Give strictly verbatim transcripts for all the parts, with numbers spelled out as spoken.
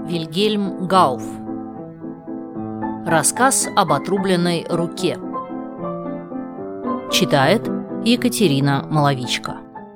Вильгельм Гауф. Рассказ об отрубленной руке. Читает Екатерина Маловичка.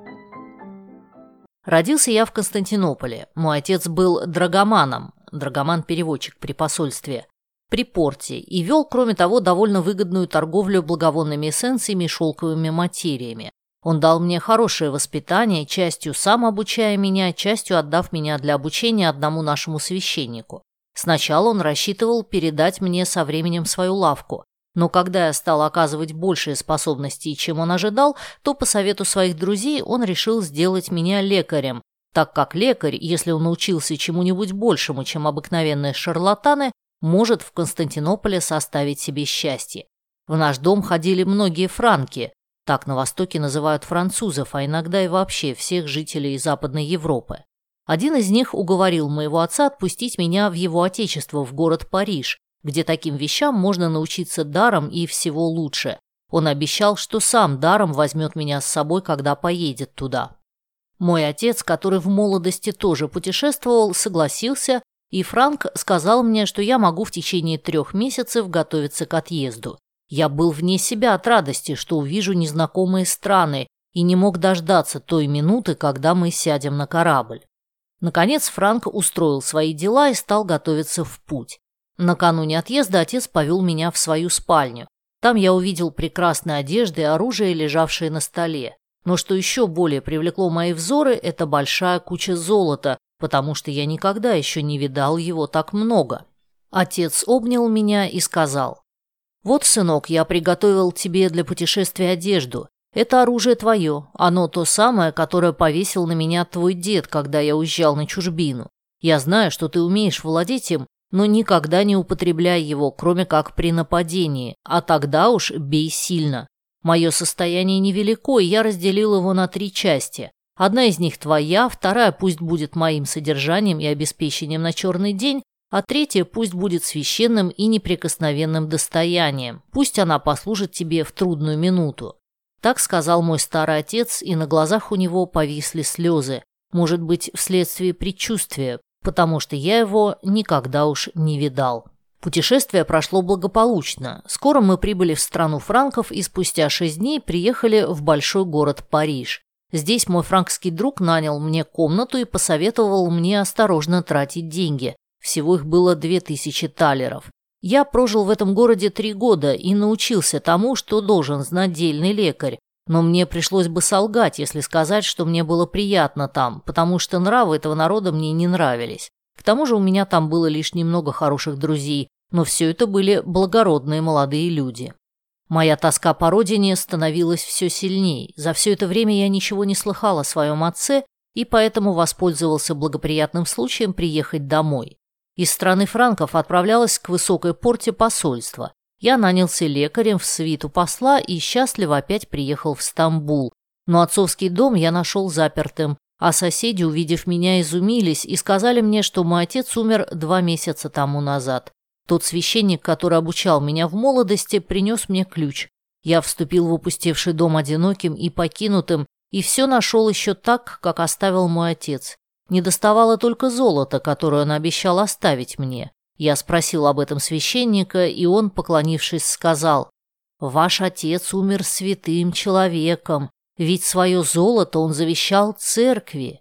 Родился я в Константинополе. Мой отец был драгоманом, драгоман-переводчик при посольстве, при порте, и вел, кроме того, довольно выгодную торговлю благовонными эссенциями и шелковыми материями. Он дал мне хорошее воспитание, частью сам обучая меня, частью отдав меня для обучения одному нашему священнику. Сначала он рассчитывал передать мне со временем свою лавку, но когда я стал оказывать большие способности, чем он ожидал, то по совету своих друзей он решил сделать меня лекарем, так как лекарь, если он научился чему-нибудь большему, чем обыкновенные шарлатаны, может в Константинополе составить себе счастье. В наш дом ходили многие франки, так на Востоке называют французов, а иногда и вообще всех жителей Западной Европы. Один из них уговорил моего отца отпустить меня в его отечество, в город Париж, где таким вещам можно научиться даром и всего лучше. Он обещал, что сам даром возьмет меня с собой, когда поедет туда. Мой отец, который в молодости тоже путешествовал, согласился, и Франк сказал мне, что я могу в течение трех месяцев готовиться к отъезду. Я был вне себя от радости, что увижу незнакомые страны, и не мог дождаться той минуты, когда мы сядем на корабль. Наконец Франк устроил свои дела и стал готовиться в путь. Накануне отъезда отец повел меня в свою спальню. Там я увидел прекрасные одежды и оружие, лежавшие на столе. Но что еще более привлекло мои взоры, это большая куча золота, потому что я никогда еще не видал его так много. Отец обнял меня и сказал: «Вот, сынок, я приготовил тебе для путешествия одежду. Это оружие твое, оно то самое, которое повесил на меня твой дед, когда я уезжал на чужбину. Я знаю, что ты умеешь владеть им, но никогда не употребляй его, кроме как при нападении, а тогда уж бей сильно. Мое состояние невелико, и я разделил его на три части. Одна из них твоя, вторая пусть будет моим содержанием и обеспечением на черный день, а третья пусть будет священным и неприкосновенным достоянием. Пусть она послужит тебе в трудную минуту». Так сказал мой старый отец, и на глазах у него повисли слезы, может быть, вследствие предчувствия, потому что я его никогда уж не видал. Путешествие прошло благополучно. Скоро мы прибыли в страну франков и спустя шесть дней приехали в большой город Париж. Здесь мой франкский друг нанял мне комнату и посоветовал мне осторожно тратить деньги. Всего их было две тысячи талеров. Я прожил в этом городе три года и научился тому, что должен знать дельный лекарь. Но мне пришлось бы солгать, если сказать, что мне было приятно там, потому что нравы этого народа мне не нравились. К тому же у меня там было лишь немного хороших друзей, но все это были благородные молодые люди. Моя тоска по родине становилась все сильней. За все это время я ничего не слыхал о своем отце и поэтому воспользовался благоприятным случаем приехать домой. Из страны франков отправлялось к высокой порте посольство. Я нанялся лекарем в свиту посла и счастливо опять приехал в Стамбул. Но отцовский дом я нашел запертым, а соседи, увидев меня, изумились и сказали мне, что мой отец умер два месяца тому назад. Тот священник, который обучал меня в молодости, принес мне ключ. Я вступил в опустевший дом одиноким и покинутым, и все нашел еще так, как оставил мой отец. Недоставало только золота, которое он обещал оставить мне. Я спросил об этом священника, и он, поклонившись, сказал: «Ваш отец умер святым человеком, ведь свое золото он завещал церкви».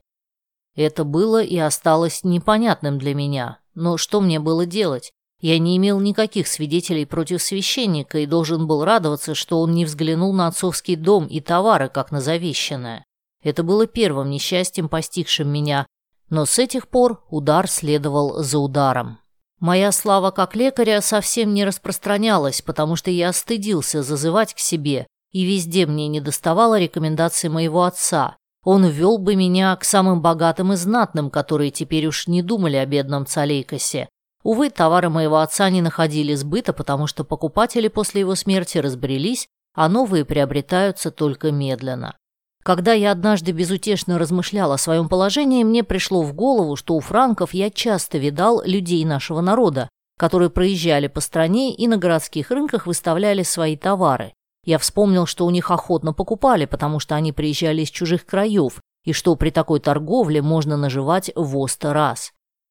Это было и осталось непонятным для меня, но что мне было делать? Я не имел никаких свидетелей против священника и должен был радоваться, что он не взглянул на отцовский дом и товары, как на завещанное. Это было первым несчастьем, постигшим меня, но с этих пор удар следовал за ударом. Моя слава как лекаря совсем не распространялась, потому что я стыдился зазывать к себе, и везде мне недоставало рекомендаций моего отца. Он ввел бы меня к самым богатым и знатным, которые теперь уж не думали о бедном Цалейкосе. Увы, товары моего отца не находили сбыта, потому что покупатели после его смерти разбрелись, а новые приобретаются только медленно. Когда я однажды безутешно размышлял о своем положении, мне пришло в голову, что у франков я часто видал людей нашего народа, которые проезжали по стране и на городских рынках выставляли свои товары. Я вспомнил, что у них охотно покупали, потому что они приезжали из чужих краев, и что при такой торговле можно наживать во сто раз.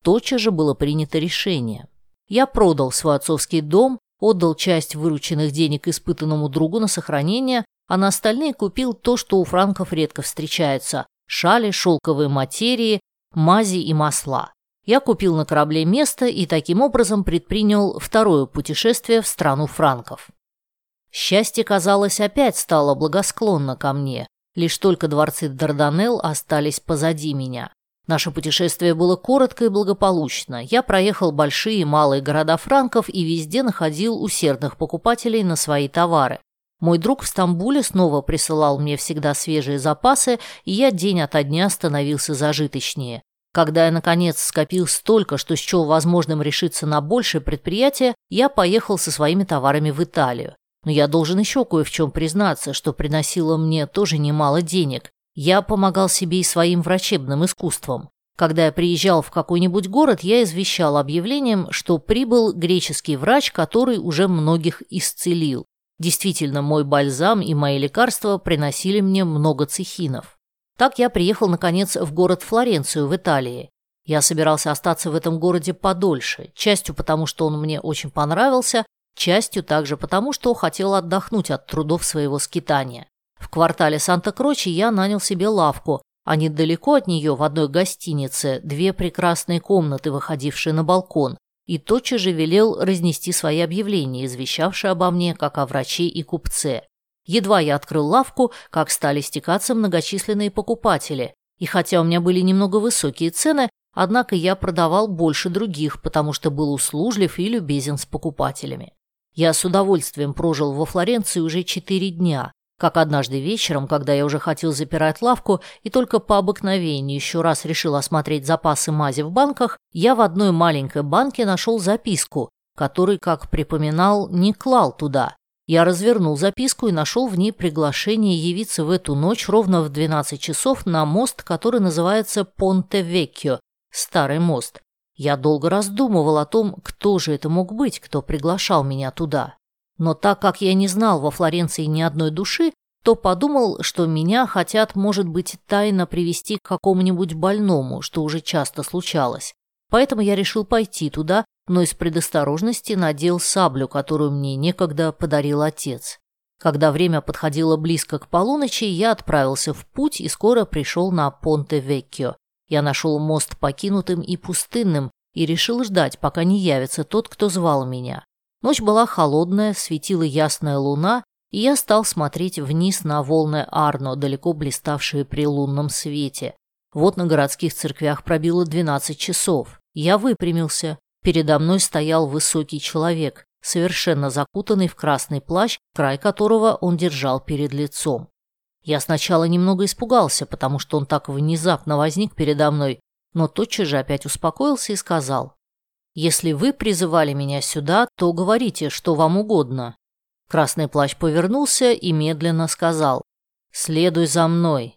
тотчас же было принято решение. Я продал свой отцовский дом, отдал часть вырученных денег испытанному другу на сохранение, а на остальные купил то, что у франков редко встречается – шали, шелковые материи, мази и масла. Я купил на корабле место и таким образом предпринял второе путешествие в страну франков. Счастье, казалось, опять стало благосклонно ко мне. Лишь только дворцы Дарданелл остались позади меня. Наше путешествие было коротко и благополучно. Я проехал большие и малые города франков и везде находил усердных покупателей на свои товары. Мой друг в Стамбуле снова присылал мне всегда свежие запасы, и я день ото дня становился зажиточнее. Когда я, наконец, скопил столько, что счел возможным решиться на большее предприятие, я поехал со своими товарами в Италию. Но я должен еще кое в чем признаться, что приносило мне тоже немало денег. Я помогал себе и своим врачебным искусством. Когда я приезжал в какой-нибудь город, я извещал объявлением, что прибыл греческий врач, который уже многих исцелил. Действительно, мой бальзам и мои лекарства приносили мне много цехинов. Так я приехал, наконец, в город Флоренцию в Италии. Я собирался остаться в этом городе подольше, частью потому, что он мне очень понравился, частью также потому, что хотел отдохнуть от трудов своего скитания. В квартале Санта-Кроче я нанял себе лавку, а недалеко от нее в одной гостинице две прекрасные комнаты, выходившие на балкон, и тотчас же велел разнести свои объявления, извещавшие обо мне, как о враче и купце. Едва я открыл лавку, как стали стекаться многочисленные покупатели, и хотя у меня были немного высокие цены, однако я продавал больше других, потому что был услужлив и любезен с покупателями. Я с удовольствием прожил во Флоренции уже четыре дня, как однажды вечером, когда я уже хотел запирать лавку и только по обыкновению еще раз решил осмотреть запасы мази в банках, я в одной маленькой банке нашел записку, которую, как припоминал, не клал туда. Я развернул записку и нашел в ней приглашение явиться в эту ночь ровно в двенадцать часов на мост, который называется Понте-Веккио, Старый мост. Я долго раздумывал о том, кто же это мог быть, кто приглашал меня туда. Но так как я не знал во Флоренции ни одной души, то подумал, что меня хотят, может быть, тайно привести к какому-нибудь больному, что уже часто случалось. Поэтому я решил пойти туда, но из предосторожности надел саблю, которую мне некогда подарил отец. Когда время подходило близко к полуночи, я отправился в путь и скоро пришел на Понте-Веккио. Я нашел мост покинутым и пустынным и решил ждать, пока не явится тот, кто звал меня. Ночь была холодная, светила ясная луна, и я стал смотреть вниз на волны Арно, далеко блиставшие при лунном свете. Вот на городских церквях пробило двенадцать часов. Я выпрямился. Передо мной стоял высокий человек, совершенно закутанный в красный плащ, край которого он держал перед лицом. Я сначала немного испугался, потому что он так внезапно возник передо мной, но тотчас же опять успокоился и сказал: «Если вы призывали меня сюда, то говорите, что вам угодно». Красный плащ повернулся и медленно сказал: «Следуй за мной».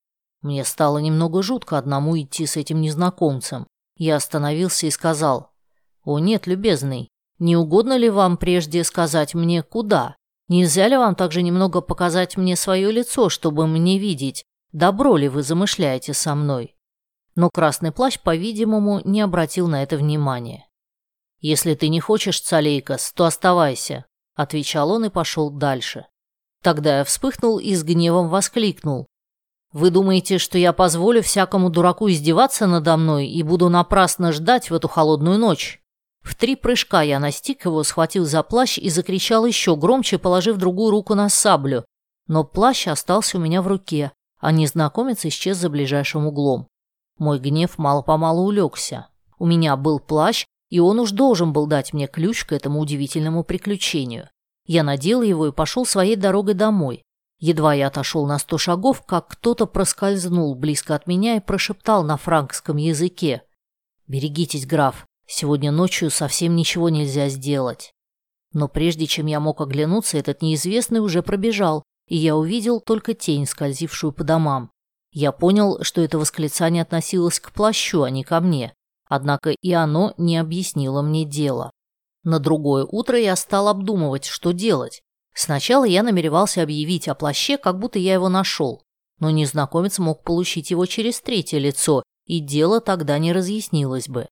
Мне стало немного жутко одному идти с этим незнакомцем. Я остановился и сказал: «О нет, любезный, не угодно ли вам прежде сказать мне, куда? Нельзя ли вам также немного показать мне свое лицо, чтобы мне видеть, добро ли вы замышляете со мной?» Но красный плащ, по-видимому, не обратил на это внимания. «Если ты не хочешь, Цалейкос, то оставайся», — отвечал он и пошел дальше. Тогда я вспыхнул и с гневом воскликнул: «Вы думаете, что я позволю всякому дураку издеваться надо мной и буду напрасно ждать в эту холодную ночь?» В три прыжка я настиг его, схватил за плащ и закричал еще громче, положив другую руку на саблю. Но плащ остался у меня в руке, а незнакомец исчез за ближайшим углом. Мой гнев мало-помалу улегся. У меня был плащ, и он уж должен был дать мне ключ к этому удивительному приключению. Я надел его и пошел своей дорогой домой. Едва я отошел на сто шагов, как кто-то проскользнул близко от меня и прошептал на франкском языке: «Берегитесь, граф. Сегодня ночью совсем ничего нельзя сделать». Но прежде чем я мог оглянуться, этот неизвестный уже пробежал, и я увидел только тень, скользившую по домам. Я понял, что это восклицание относилось к плащу, а не ко мне, однако и оно не объяснило мне дело. На другое утро я стал обдумывать, что делать. Сначала я намеревался объявить о плаще, как будто я его нашел, но незнакомец мог получить его через третье лицо, и дело тогда не разъяснилось бы.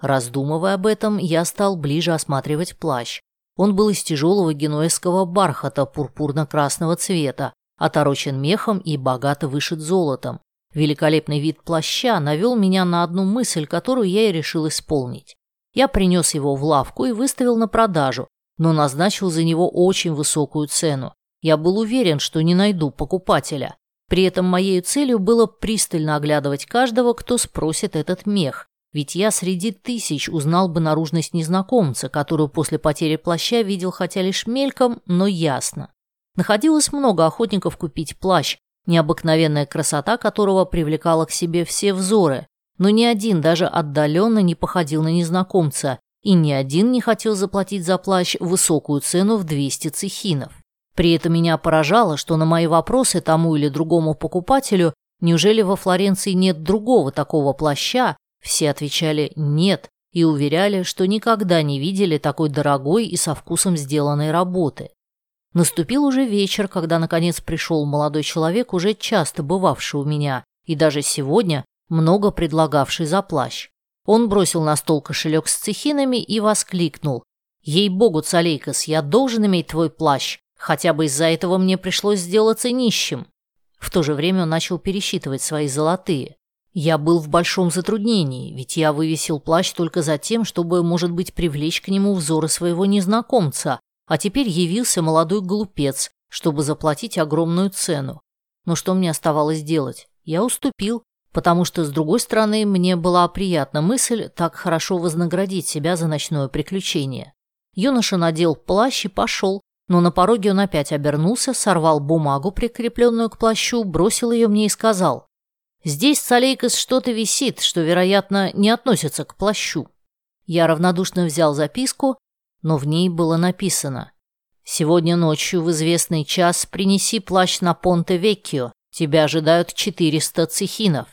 Раздумывая об этом, я стал ближе осматривать плащ. Он был из тяжелого генуэзского бархата пурпурно-красного цвета, оторочен мехом и богато вышит золотом. Великолепный вид плаща навел меня на одну мысль, которую я и решил исполнить. Я принес его в лавку и выставил на продажу, но назначил за него очень высокую цену. Я был уверен, что не найду покупателя. При этом моей целью было пристально оглядывать каждого, кто спросит этот мех, ведь я среди тысяч узнал бы наружность незнакомца, которую после потери плаща видел хотя лишь мельком, но ясно. Находилось много охотников купить плащ, необыкновенная красота которого привлекала к себе все взоры, но ни один даже отдаленно не походил на незнакомца, и ни один не хотел заплатить за плащ высокую цену в двести цехинов. При этом меня поражало, что на мои вопросы тому или другому покупателю, неужели во Флоренции нет другого такого плаща, все отвечали «нет» и уверяли, что никогда не видели такой дорогой и со вкусом сделанной работы. Наступил уже вечер, когда наконец пришел молодой человек, уже часто бывавший у меня, и даже сегодня много предлагавший за плащ. Он бросил на стол кошелек с цехинами и воскликнул: «Ей-богу, Цалейкос, я должен иметь твой плащ, хотя бы из-за этого мне пришлось сделаться нищим». В то же время он начал пересчитывать свои золотые. Я был в большом затруднении, ведь я вывесил плащ только за тем, чтобы, может быть, привлечь к нему взоры своего незнакомца, а теперь явился молодой глупец, чтобы заплатить огромную цену. Но что мне оставалось делать? Я уступил, потому что, с другой стороны, мне была приятна мысль так хорошо вознаградить себя за ночное приключение. Юноша надел плащ и пошел, но на пороге он опять обернулся, сорвал бумагу, прикрепленную к плащу, бросил ее мне и сказал: «Здесь, Цалейкос, что-то висит, что, вероятно, не относится к плащу». Я равнодушно взял записку, но в ней было написано: «Сегодня ночью в известный час принеси плащ на Понте-Веккио, тебя ожидают четыреста цехинов».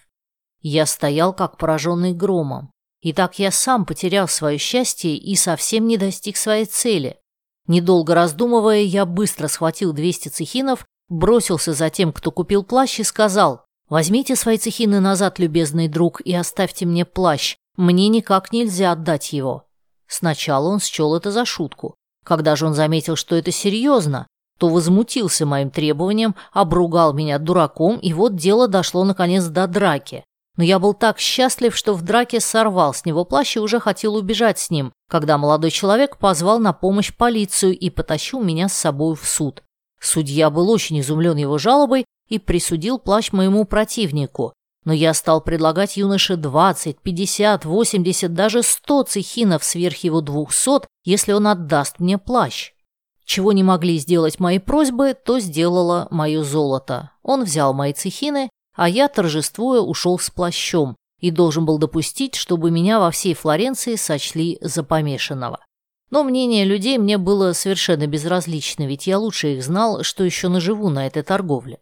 Я стоял как пораженный громом. И так я сам потерял свое счастье и совсем не достиг своей цели. Недолго раздумывая, я быстро схватил двести цехинов, бросился за тем, кто купил плащ, и сказал: «Возьмите свои цехины назад, любезный друг, и оставьте мне плащ. Мне никак нельзя отдать его». Сначала он счел это за шутку. Когда же он заметил, что это серьезно, то возмутился моим требованием, обругал меня дураком, и вот дело дошло наконец до драки. Но я был так счастлив, что в драке сорвал с него плащ и уже хотел убежать с ним, когда молодой человек позвал на помощь полицию и потащил меня с собой в суд. Судья был очень изумлен его жалобой и присудил плащ моему противнику. Но я стал предлагать юноше двадцать, пятьдесят, восемьдесят, даже сто цехинов сверх его двухсот, если он отдаст мне плащ. Чего не могли сделать мои просьбы, то сделало мое золото. Он взял мои цехины, а я, торжествуя, ушел с плащом и должен был допустить, чтобы меня во всей Флоренции сочли за помешанного. Но мнение людей мне было совершенно безразлично, ведь я лучше их знал, что еще наживу на этой торговле.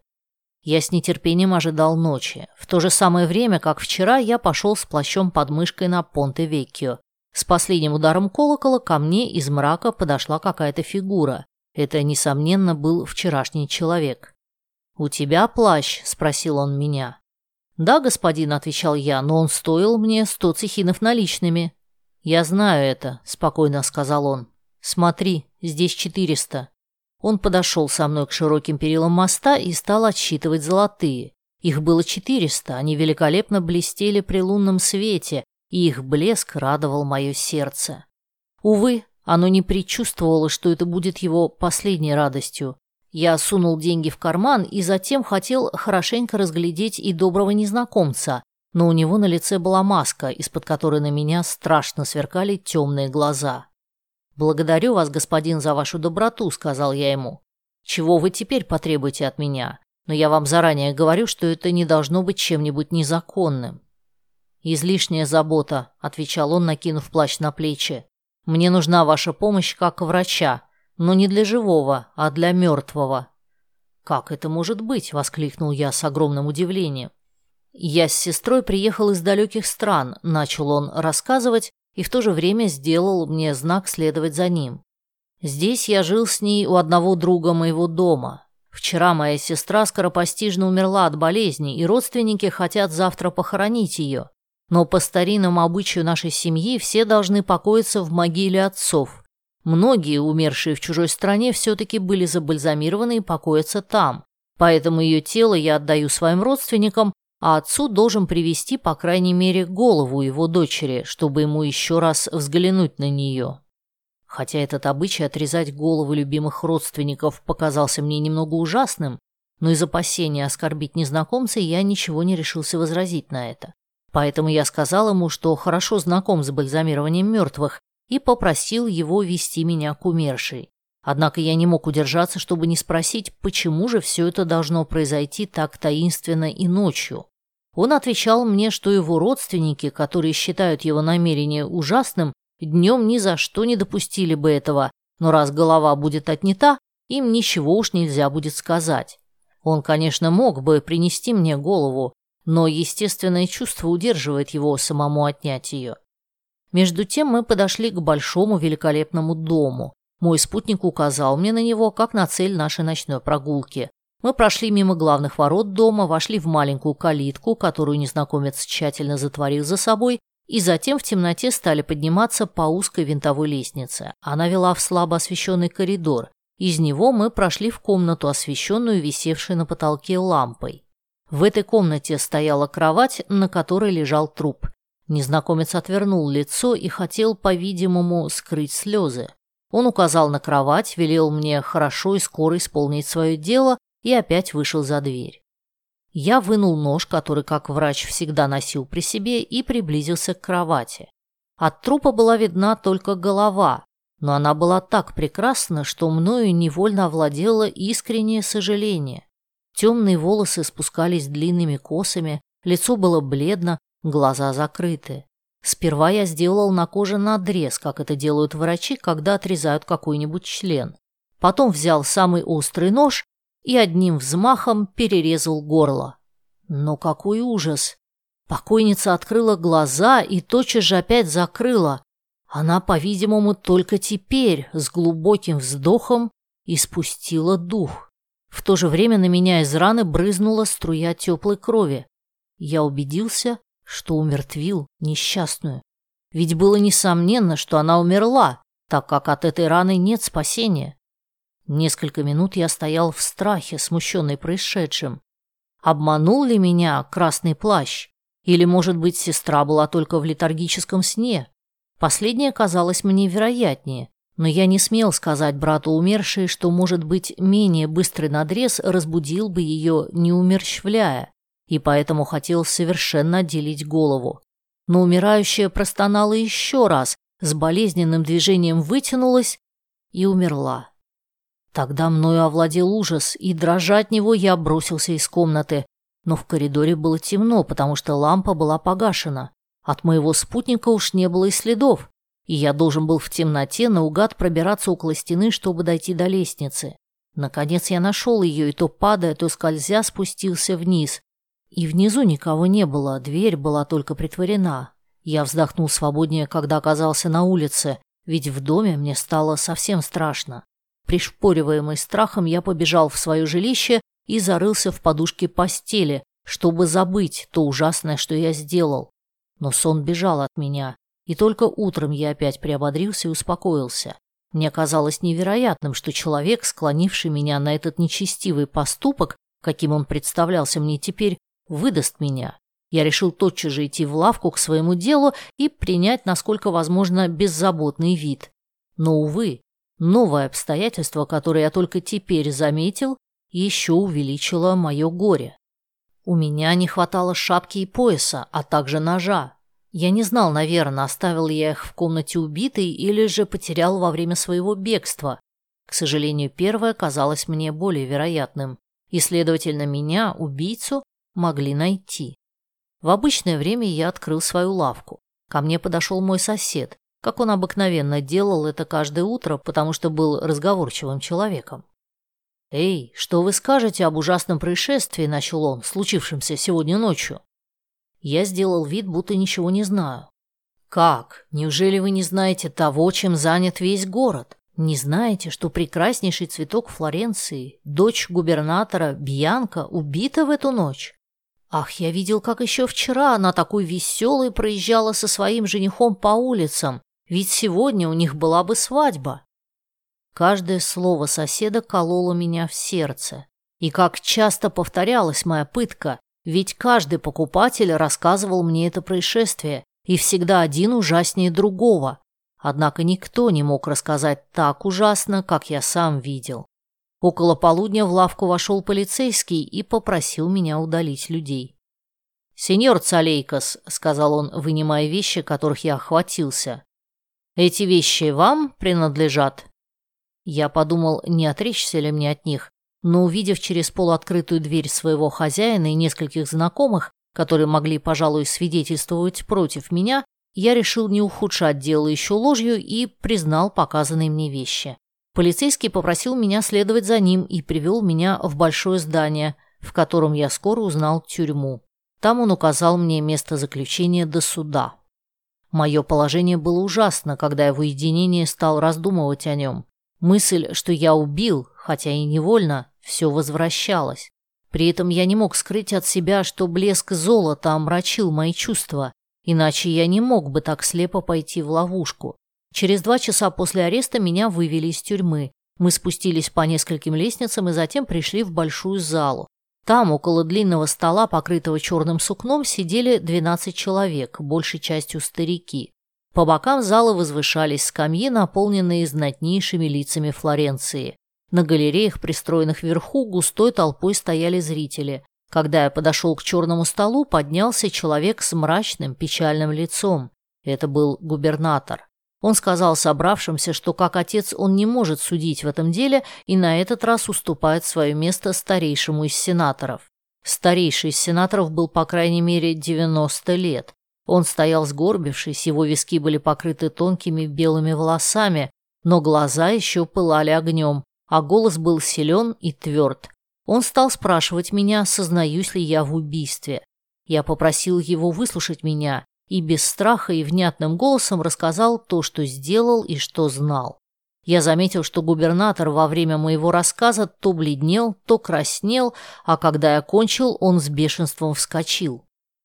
Я с нетерпением ожидал ночи. В то же самое время, как вчера, я пошел с плащом под мышкой на Понте-Веккио. С последним ударом колокола ко мне из мрака подошла какая-то фигура. Это, несомненно, был вчерашний человек. «У тебя плащ?» – спросил он меня. «Да, господин», – отвечал я, – «но он стоил мне сто цехинов наличными». «Я знаю это», – спокойно сказал он. «Смотри, здесь четыреста». Он подошел со мной к широким перилам моста и стал отсчитывать золотые. Их было четыреста, они великолепно блестели при лунном свете, и их блеск радовал мое сердце. Увы, оно не предчувствовало, что это будет его последней радостью. Я сунул деньги в карман и затем хотел хорошенько разглядеть и доброго незнакомца, но у него на лице была маска, из-под которой на меня страшно сверкали темные глаза. «Благодарю вас, господин, за вашу доброту», — сказал я ему. «Чего вы теперь потребуете от меня? Но я вам заранее говорю, что это не должно быть чем-нибудь незаконным». «Излишняя забота», — отвечал он, накинув плащ на плечи. «Мне нужна ваша помощь как врача, но не для живого, а для мертвого». «Как это может быть?» — воскликнул я с огромным удивлением. «Я с сестрой приехал из далеких стран», — начал он рассказывать, и в то же время сделал мне знак следовать за ним. «Здесь я жил с ней у одного друга моего дома. Вчера моя сестра скоропостижно умерла от болезни, и родственники хотят завтра похоронить ее. Но по старинному обычаю нашей семьи все должны покоиться в могиле отцов. Многие, умершие в чужой стране, все-таки были забальзамированы и покоятся там. Поэтому ее тело я отдаю своим родственникам, а отцу должен привезти, по крайней мере, голову его дочери, чтобы ему еще раз взглянуть на нее. Хотя этот обычай отрезать головы любимых родственников показался мне немного ужасным, но из опасения оскорбить незнакомца я ничего не решился возразить на это. Поэтому я сказал ему, что хорошо знаком с бальзамированием мертвых, и попросил его вести меня к умершей. Однако я не мог удержаться, чтобы не спросить, почему же все это должно произойти так таинственно и ночью. Он отвечал мне, что его родственники, которые считают его намерение ужасным, днем ни за что не допустили бы этого, но раз голова будет отнята, им ничего уж нельзя будет сказать. Он, конечно, мог бы принести мне голову, но естественное чувство удерживает его самому отнять ее. Между тем мы подошли к большому великолепному дому. Мой спутник указал мне на него, как на цель нашей ночной прогулки. Мы прошли мимо главных ворот дома, вошли в маленькую калитку, которую незнакомец тщательно затворил за собой, и затем в темноте стали подниматься по узкой винтовой лестнице. Она вела в слабо освещенный коридор. Из него мы прошли в комнату, освещенную висевшей на потолке лампой. В этой комнате стояла кровать, на которой лежал труп. Незнакомец отвернул лицо и хотел, по-видимому, скрыть слезы. Он указал на кровать, велел мне хорошо и скоро исполнить свое дело и опять вышел за дверь. Я вынул нож, который, как врач, всегда носил при себе, и приблизился к кровати. От трупа была видна только голова, но она была так прекрасна, что мною невольно овладело искреннее сожаление. Темные волосы спускались длинными косами, лицо было бледно, глаза закрыты. Сперва я сделал на коже надрез, как это делают врачи, когда отрезают какой-нибудь член. Потом взял самый острый нож и одним взмахом перерезал горло. Но какой ужас! Покойница открыла глаза и тотчас же опять закрыла. Она, по-видимому, только теперь с глубоким вздохом испустила дух. В то же время на меня из раны брызнула струя теплой крови. Я убедился, что умертвил несчастную. Ведь было несомненно, что она умерла, так как от этой раны нет спасения. Несколько минут я стоял в страхе, смущенный происшедшим. Обманул ли меня красный плащ? Или, может быть, сестра была только в летаргическом сне? Последнее казалось мне вероятнее, но я не смел сказать брату умершей, что, может быть, менее быстрый надрез разбудил бы ее, не умерщвляя, и поэтому хотел совершенно отделить голову. Но умирающая простонала еще раз, с болезненным движением вытянулась и умерла. Тогда мною овладел ужас, и, дрожа от него, я бросился из комнаты. Но в коридоре было темно, потому что лампа была погашена. От моего спутника уж не было и следов, и я должен был в темноте наугад пробираться около стены, чтобы дойти до лестницы. Наконец я нашел ее, и то падая, то скользя спустился вниз. И внизу никого не было, дверь была только притворена. Я вздохнул свободнее, когда оказался на улице, ведь в доме мне стало совсем страшно. Пришпориваемый страхом, я побежал в свое жилище и зарылся в подушке постели, чтобы забыть то ужасное, что я сделал. Но сон бежал от меня, и только утром я опять приободрился и успокоился. Мне казалось невероятным, что человек, склонивший меня на этот нечестивый поступок, каким он представлялся мне теперь, выдаст меня. Я решил тотчас же идти в лавку к своему делу и принять, насколько возможно, беззаботный вид. Но, увы, новое обстоятельство, которое я только теперь заметил, еще увеличило мое горе. У меня не хватало шапки и пояса, а также ножа. Я не знал, наверное, оставил ли я их в комнате убитой или же потерял во время своего бегства. К сожалению, первое казалось мне более вероятным, и, следовательно, меня, убийцу, могли найти. В обычное время я открыл свою лавку. Ко мне подошел мой сосед, как он обыкновенно делал это каждое утро, потому что был разговорчивым человеком. «Эй, что вы скажете об ужасном происшествии?» – начал он, случившемся сегодня ночью. Я сделал вид, будто ничего не знаю. «Как? Неужели вы не знаете того, чем занят весь город? Не знаете, что прекраснейший цветок Флоренции, дочь губернатора Бьянка, убита в эту ночь?» Ах, я видел, как еще вчера она такой веселой проезжала со своим женихом по улицам, ведь сегодня у них была бы свадьба. Каждое слово соседа кололо меня в сердце. И как часто повторялась моя пытка, ведь каждый покупатель рассказывал мне это происшествие, и всегда один ужаснее другого. Однако никто не мог рассказать так ужасно, как я сам видел. Около полудня в лавку вошел полицейский и попросил меня удалить людей. «Сеньор Цалейкос», — сказал он, вынимая вещи, которых я охватился, — «эти вещи вам принадлежат?» Я подумал, не отречься ли мне от них, но, увидев через полуоткрытую дверь своего хозяина и нескольких знакомых, которые могли, пожалуй, свидетельствовать против меня, я решил не ухудшать дело еще ложью и признал показанные мне вещи. Полицейский попросил меня следовать за ним и привел меня в большое здание, в котором я скоро узнал тюрьму. Там он указал мне место заключения до суда. Мое положение было ужасно, когда я в уединении стал раздумывать о нем. Мысль, что я убил, хотя и невольно, все возвращалась. При этом я не мог скрыть от себя, что блеск золота омрачил мои чувства, иначе я не мог бы так слепо пойти в ловушку. Через два часа после ареста меня вывели из тюрьмы. Мы спустились по нескольким лестницам и затем пришли в большую залу. Там, около длинного стола, покрытого черным сукном, сидели двенадцать человек, большей частью старики. По бокам зала возвышались скамьи, наполненные знатнейшими лицами Флоренции. На галереях, пристроенных вверху, густой толпой стояли зрители. Когда я подошел к черному столу, поднялся человек с мрачным, печальным лицом. Это был губернатор. Он сказал собравшимся, что как отец он не может судить в этом деле и на этот раз уступает свое место старейшему из сенаторов. Старейший из сенаторов был по крайней мере девяносто лет. Он стоял сгорбившись, его виски были покрыты тонкими белыми волосами, но глаза еще пылали огнем, а голос был силен и тверд. Он стал спрашивать меня, сознаюсь ли я в убийстве. Я попросил его выслушать меня и без страха и внятным голосом рассказал то, что сделал и что знал. Я заметил, что губернатор во время моего рассказа то бледнел, то краснел, а когда я кончил, он с бешенством вскочил.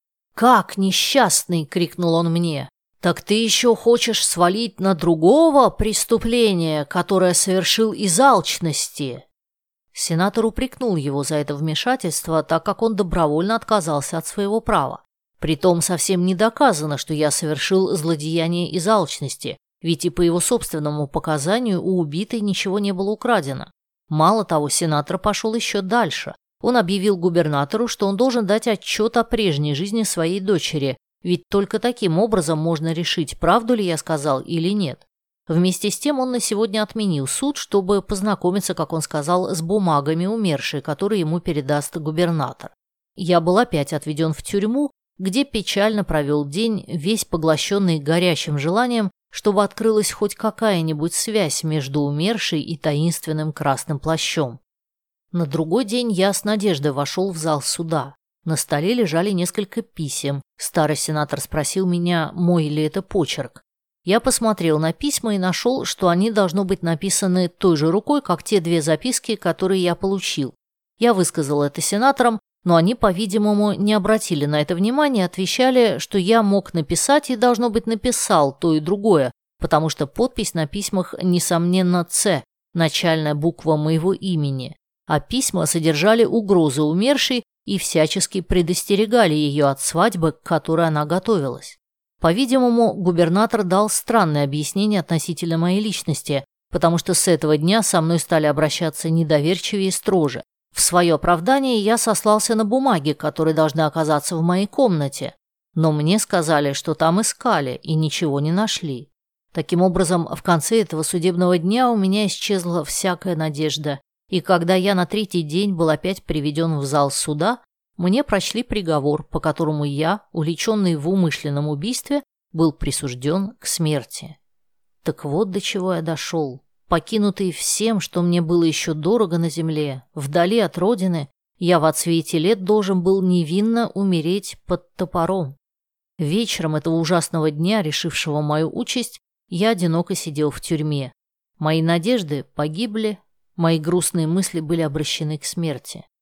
«Как, несчастный!» — крикнул он мне. «Так ты еще хочешь свалить на другого преступление, которое совершил из алчности?» Сенатор упрекнул его за это вмешательство, так как он добровольно отказался от своего права. Притом совсем не доказано, что я совершил злодеяние из алчности, ведь и по его собственному показанию у убитой ничего не было украдено. Мало того, сенатор пошел еще дальше. Он объявил губернатору, что он должен дать отчет о прежней жизни своей дочери, ведь только таким образом можно решить, правду ли я сказал или нет. Вместе с тем он на сегодня отменил суд, чтобы познакомиться, как он сказал, с бумагами умершей, которые ему передаст губернатор. Я был опять отведен в тюрьму, где печально провел день, весь поглощенный горячим желанием, чтобы открылась хоть какая-нибудь связь между умершей и таинственным красным плащом. На другой день я с надеждой вошел в зал суда. На столе лежали несколько писем. Старый сенатор спросил меня, мой ли это почерк. Я посмотрел на письма и нашел, что они должно быть написаны той же рукой, как те две записки, которые я получил. Я высказал это сенаторам, но они, по-видимому, не обратили на это внимания, отвечали, что я мог написать и, должно быть, написал то и другое, потому что подпись на письмах, несомненно, «Ц», начальная буква моего имени, а письма содержали угрозы умершей и всячески предостерегали ее от свадьбы, к которой она готовилась. По-видимому, губернатор дал странное объяснение относительно моей личности, потому что с этого дня со мной стали обращаться недоверчивее и строже. В свое оправдание я сослался на бумаги, которые должны оказаться в моей комнате, но мне сказали, что там искали и ничего не нашли. Таким образом, в конце этого судебного дня у меня исчезла всякая надежда, и когда я на третий день был опять приведен в зал суда, мне прочли приговор, по которому я, уличенный в умышленном убийстве, был присужден к смерти. Так вот до чего я дошел. Покинутый всем, что мне было еще дорого на земле, вдали от родины, я в отсвете лет должен был невинно умереть под топором. Вечером этого ужасного дня, решившего мою участь, я одиноко сидел в тюрьме. Мои надежды погибли, мои грустные мысли были обращены к смерти.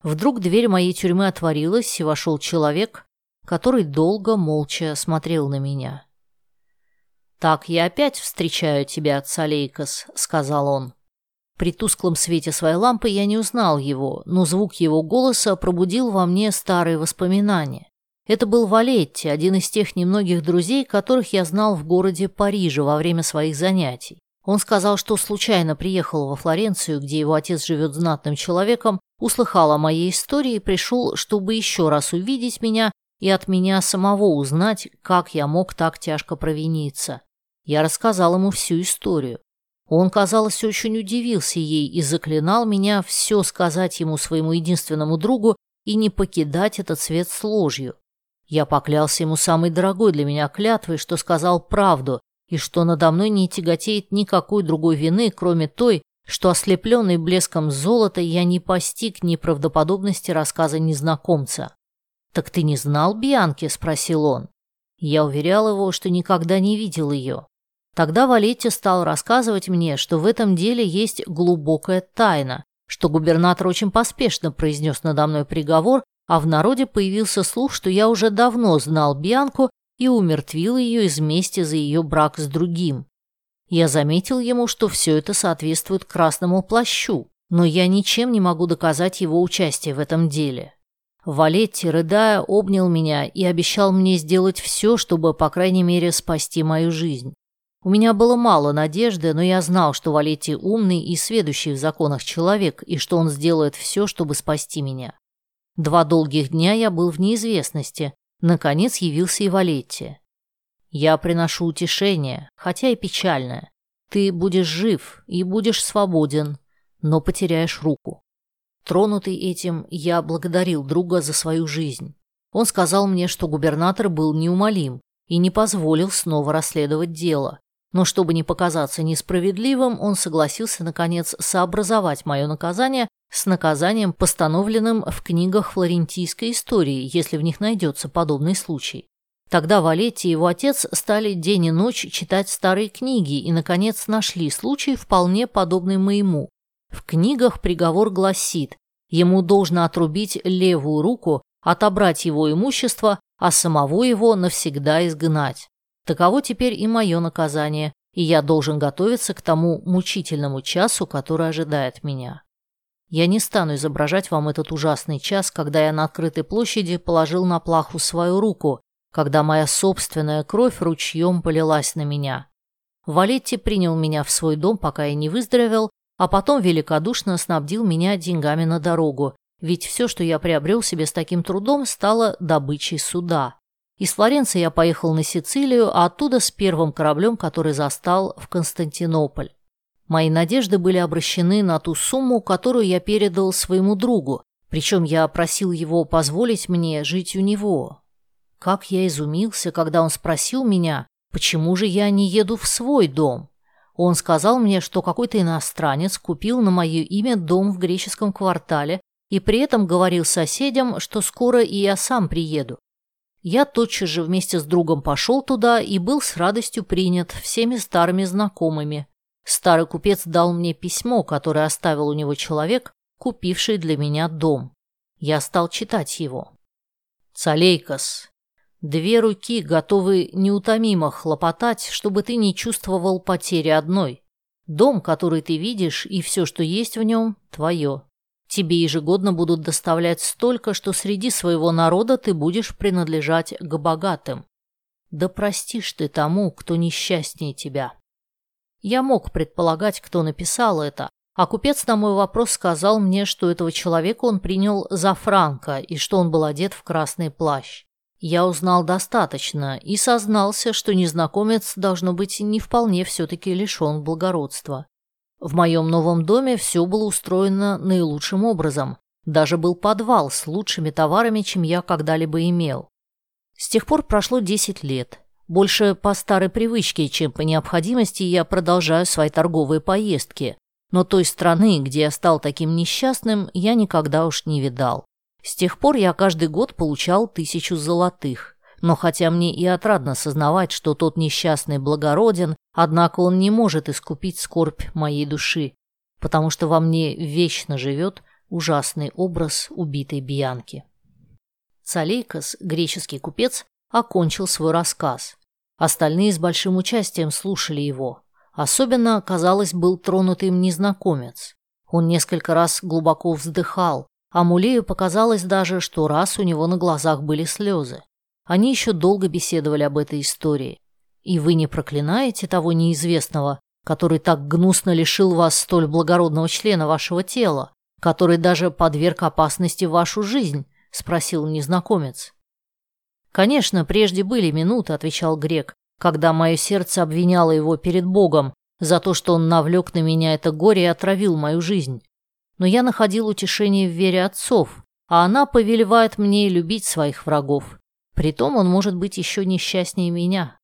Вдруг дверь моей тюрьмы отворилась, и вошел человек, который долго молча смотрел на меня. «Так я опять встречаю тебя, Цалейкос», — сказал он. При тусклом свете своей лампы я не узнал его, но звук его голоса пробудил во мне старые воспоминания. Это был Валетти, один из тех немногих друзей, которых я знал в городе Париже во время своих занятий. Он сказал, что случайно приехал во Флоренцию, где его отец живет знатным человеком, услыхал о моей истории и пришел, чтобы еще раз увидеть меня и от меня самого узнать, как я мог так тяжко провиниться. Я рассказал ему всю историю. Он, казалось, очень удивился ей и заклинал меня все сказать ему, своему единственному другу, и не покидать этот свет с ложью. Я поклялся ему самой дорогой для меня клятвой, что сказал правду, и что надо мной не тяготеет никакой другой вины, кроме той, что, ослепленный блеском золота, я не постиг неправдоподобности рассказа незнакомца. «Так ты не знал Бианки?» – спросил он. Я уверял его, что никогда не видел ее. Тогда Валетти стал рассказывать мне, что в этом деле есть глубокая тайна, что губернатор очень поспешно произнес надо мной приговор, а в народе появился слух, что я уже давно знал Бианку и умертвил ее из мести за ее брак с другим. Я заметил ему, что все это соответствует красному плащу, но я ничем не могу доказать его участие в этом деле. Валетти, рыдая, обнял меня и обещал мне сделать все, чтобы, по крайней мере, спасти мою жизнь. У меня было мало надежды, но я знал, что Валетти умный и сведущий в законах человек, и что он сделает все, чтобы спасти меня. Два долгих дня я был в неизвестности. Наконец явился и Валетти. «Я приношу утешение, хотя и печальное. Ты будешь жив и будешь свободен, но потеряешь руку». Тронутый этим, я благодарил друга за свою жизнь. Он сказал мне, что губернатор был неумолим и не позволил снова расследовать дело. Но чтобы не показаться несправедливым, он согласился, наконец, сообразовать мое наказание с наказанием, постановленным в книгах флорентийской истории, если в них найдется подобный случай. Тогда Валетти и его отец стали день и ночь читать старые книги и, наконец, нашли случай, вполне подобный моему. В книгах приговор гласит: ему должно отрубить левую руку, отобрать его имущество, а самого его навсегда изгнать. Таково теперь и мое наказание, и я должен готовиться к тому мучительному часу, который ожидает меня. Я не стану изображать вам этот ужасный час, когда я на открытой площади положил на плаху свою руку, когда моя собственная кровь ручьем полилась на меня. Валетти принял меня в свой дом, пока я не выздоровел, а потом великодушно снабдил меня деньгами на дорогу, ведь все, что я приобрел себе с таким трудом, стало добычей суда. Из Флоренции я поехал на Сицилию, а оттуда с первым кораблем, который застал, в Константинополь. Мои надежды были обращены на ту сумму, которую я передал своему другу, причем я просил его позволить мне жить у него. Как я изумился, когда он спросил меня, почему же я не еду в свой дом. Он сказал мне, что какой-то иностранец купил на мое имя дом в греческом квартале и при этом говорил соседям, что скоро и я сам приеду. Я тотчас же вместе с другом пошел туда и был с радостью принят всеми старыми знакомыми. Старый купец дал мне письмо, которое оставил у него человек, купивший для меня дом. Я стал читать его. «Цалейкос, две руки готовы неутомимо хлопотать, чтобы ты не чувствовал потери одной. Дом, который ты видишь, и все, что есть в нем, твое. Тебе ежегодно будут доставлять столько, что среди своего народа ты будешь принадлежать к богатым. Да простишь ты тому, кто несчастнее тебя». Я мог предполагать, кто написал это, а купец на мой вопрос сказал мне, что этого человека он принял за франка и что он был одет в красный плащ. Я узнал достаточно и сознался, что незнакомец, должно быть, не вполне все-таки лишен благородства. В моем новом доме все было устроено наилучшим образом. Даже был подвал с лучшими товарами, чем я когда-либо имел. С тех пор прошло десять лет. Больше по старой привычке, чем по необходимости, я продолжаю свои торговые поездки. Но той страны, где я стал таким несчастным, я никогда уж не видал. С тех пор я каждый год получал тысячу золотых. Но хотя мне и отрадно сознавать, что тот несчастный благороден, однако он не может искупить скорбь моей души, потому что во мне вечно живет Ужасный образ убитой Бьянки. Цалейкос, греческий купец, окончил свой рассказ. Остальные с большим участием слушали его. Особенно, казалось, был тронут им незнакомец. Он несколько раз глубоко вздыхал, а Мулею показалось даже, что раз у него на глазах были слезы. Они еще долго беседовали об этой истории. «И вы не проклинаете того неизвестного, который так гнусно лишил вас столь благородного члена вашего тела, который даже подверг опасности вашу жизнь?» — спросил незнакомец. «Конечно, прежде были минуты», — отвечал грек, «когда мое сердце обвиняло его перед Богом за то, что он навлек на меня это горе и отравил мою жизнь. Но я находил утешение в вере отцов, а она повелевает мне любить своих врагов. Притом он может быть еще несчастнее меня».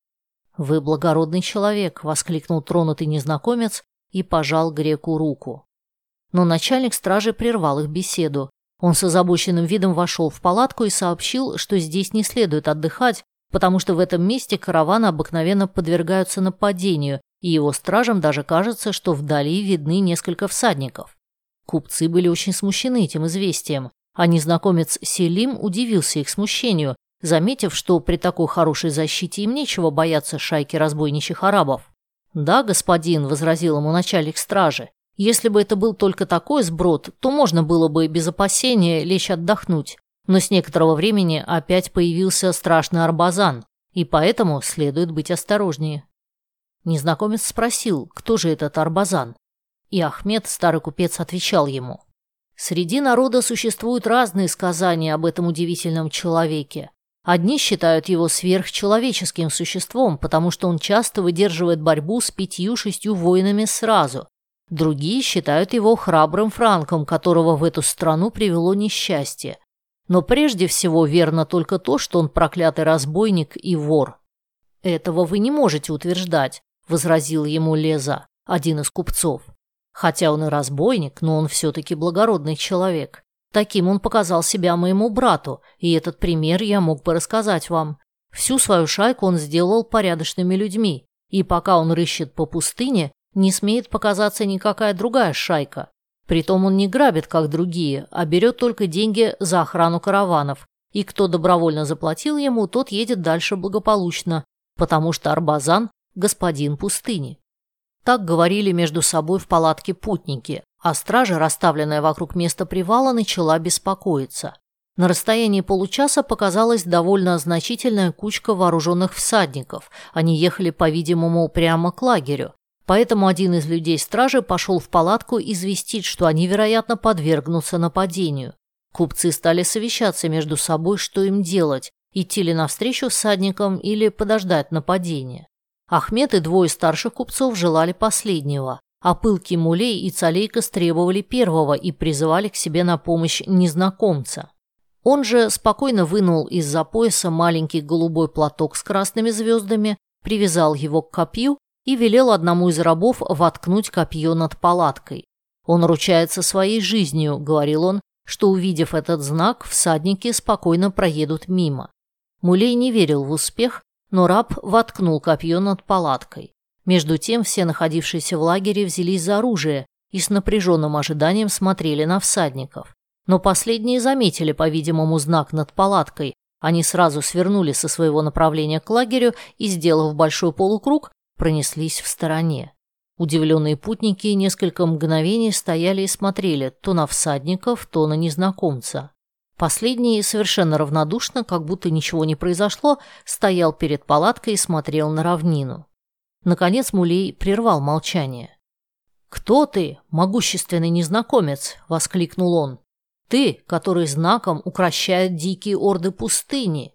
«Вы благородный человек», — воскликнул тронутый незнакомец и пожал греку руку. Но начальник стражи прервал их беседу. Он с озабоченным видом вошел в палатку и сообщил, что здесь не следует отдыхать, потому что в этом месте караваны обыкновенно подвергаются нападению, и его стражам даже кажется, что вдали видны несколько всадников. Купцы были очень смущены этим известием, а незнакомец Селим удивился их смущению, заметив, что при такой хорошей защите им нечего бояться шайки разбойничьих арабов. «Да, господин», — возразил ему начальник стражи, «если бы это был только такой сброд, то можно было бы без опасения лечь отдохнуть, но с некоторого времени опять появился страшный Орбазан, и поэтому следует быть осторожнее». Незнакомец спросил, кто же этот Орбазан, и Ахмед, старый купец, отвечал ему: «Среди народа существуют разные сказания об этом удивительном человеке. Одни считают его сверхчеловеческим существом, потому что он часто выдерживает борьбу с пятью-шестью воинами сразу. Другие считают его храбрым франком, которого в эту страну привело несчастье. Но прежде всего верно только то, что он проклятый разбойник и вор». «Этого вы не можете утверждать», — возразил ему Леза, один из купцов. «Хотя он и разбойник, но он все-таки благородный человек. Таким он показал себя моему брату, и этот пример я мог бы рассказать вам. Всю свою шайку он сделал порядочными людьми, и пока он рыщет по пустыне, не смеет показаться никакая другая шайка. Притом он не грабит, как другие, а берет только деньги за охрану караванов, и кто добровольно заплатил ему, тот едет дальше благополучно, потому что Орбазан – господин пустыни». Так говорили между собой в палатке путники, а стража, расставленная вокруг места привала, начала беспокоиться. На расстоянии получаса показалась довольно значительная кучка вооруженных всадников. Они ехали, по-видимому, прямо к лагерю. Поэтому один из людей стражи пошел в палатку известить, что они, вероятно, подвергнутся нападению. Купцы стали совещаться между собой, что им делать, идти ли навстречу всадникам или подождать нападения. Ахмед и двое старших купцов желали последнего, а пылкий Мулей и Цалейкос требовали первого и призывали к себе на помощь незнакомца. Он же спокойно вынул из-за пояса маленький голубой платок с красными звездами, привязал его к копью и велел одному из рабов воткнуть копье над палаткой. «Он ручается своей жизнью», — говорил он, что, увидев этот знак, всадники спокойно проедут мимо. Мулей не верил в успех, но раб воткнул копье над палаткой. Между тем все находившиеся в лагере взялись за оружие и с напряженным ожиданием смотрели на всадников. Но последние заметили, по-видимому, знак над палаткой. Они сразу свернули со своего направления к лагерю и, сделав большой полукруг, пронеслись в стороне. Удивленные путники несколько мгновений стояли и смотрели то на всадников, то на незнакомца. Последний, совершенно равнодушно, как будто ничего не произошло, стоял перед палаткой и смотрел на равнину. Наконец Мулей прервал молчание. «Кто ты, могущественный незнакомец?» — воскликнул он. «Ты, который знаком укрощает дикие орды пустыни».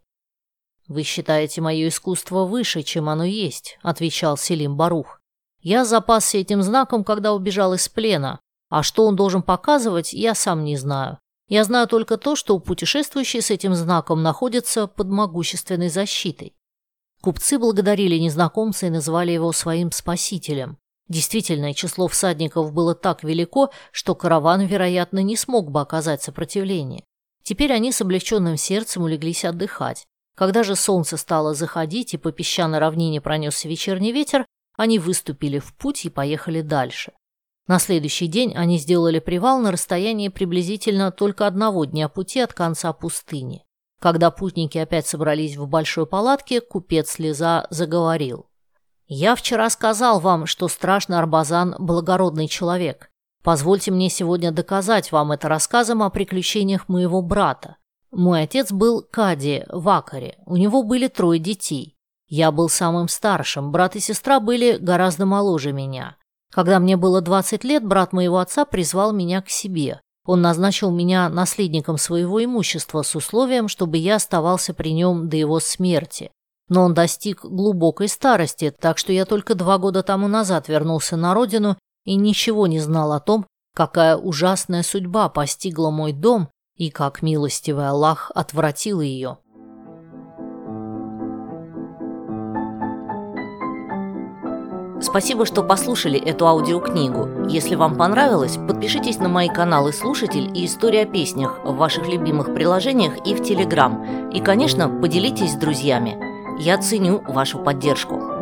«Вы считаете мое искусство выше, чем оно есть», — отвечал Селим Барух. «Я запасся этим знаком, когда убежал из плена, а что он должен показывать, я сам не знаю. Я знаю только то, что путешествующий с этим знаком находится под могущественной защитой». Купцы благодарили незнакомца и назвали его своим спасителем. Действительно, число всадников было так велико, что караван, вероятно, не смог бы оказать сопротивление. Теперь они с облегченным сердцем улеглись отдыхать. Когда же солнце стало заходить и по песчаной равнине пронесся вечерний ветер, они выступили в путь и поехали дальше. На следующий день они сделали привал на расстоянии приблизительно только одного дня пути от конца пустыни. Когда путники опять собрались в большой палатке, купец Слеза заговорил. «Я вчера сказал вам, что страшный Орбазан – благородный человек. Позвольте мне сегодня доказать вам это рассказом о приключениях моего брата. Мой отец был кади в Акаре, у него были трое детей. Я был самым старшим, брат и сестра были гораздо моложе меня. Когда мне было двадцать лет, брат моего отца призвал меня к себе. Он назначил меня наследником своего имущества с условием, чтобы я оставался при нем до его смерти. Но он достиг глубокой старости, так что я только два года тому назад вернулся на родину и ничего не знал о том, какая ужасная судьба постигла мой дом и как милостивый Аллах отвратил ее». Спасибо, что послушали эту аудиокнигу. Если вам понравилось, подпишитесь на мои каналы «Слушатель» и «История о песнях» в ваших любимых приложениях и в Телеграм. И, конечно, поделитесь с друзьями. Я ценю вашу поддержку.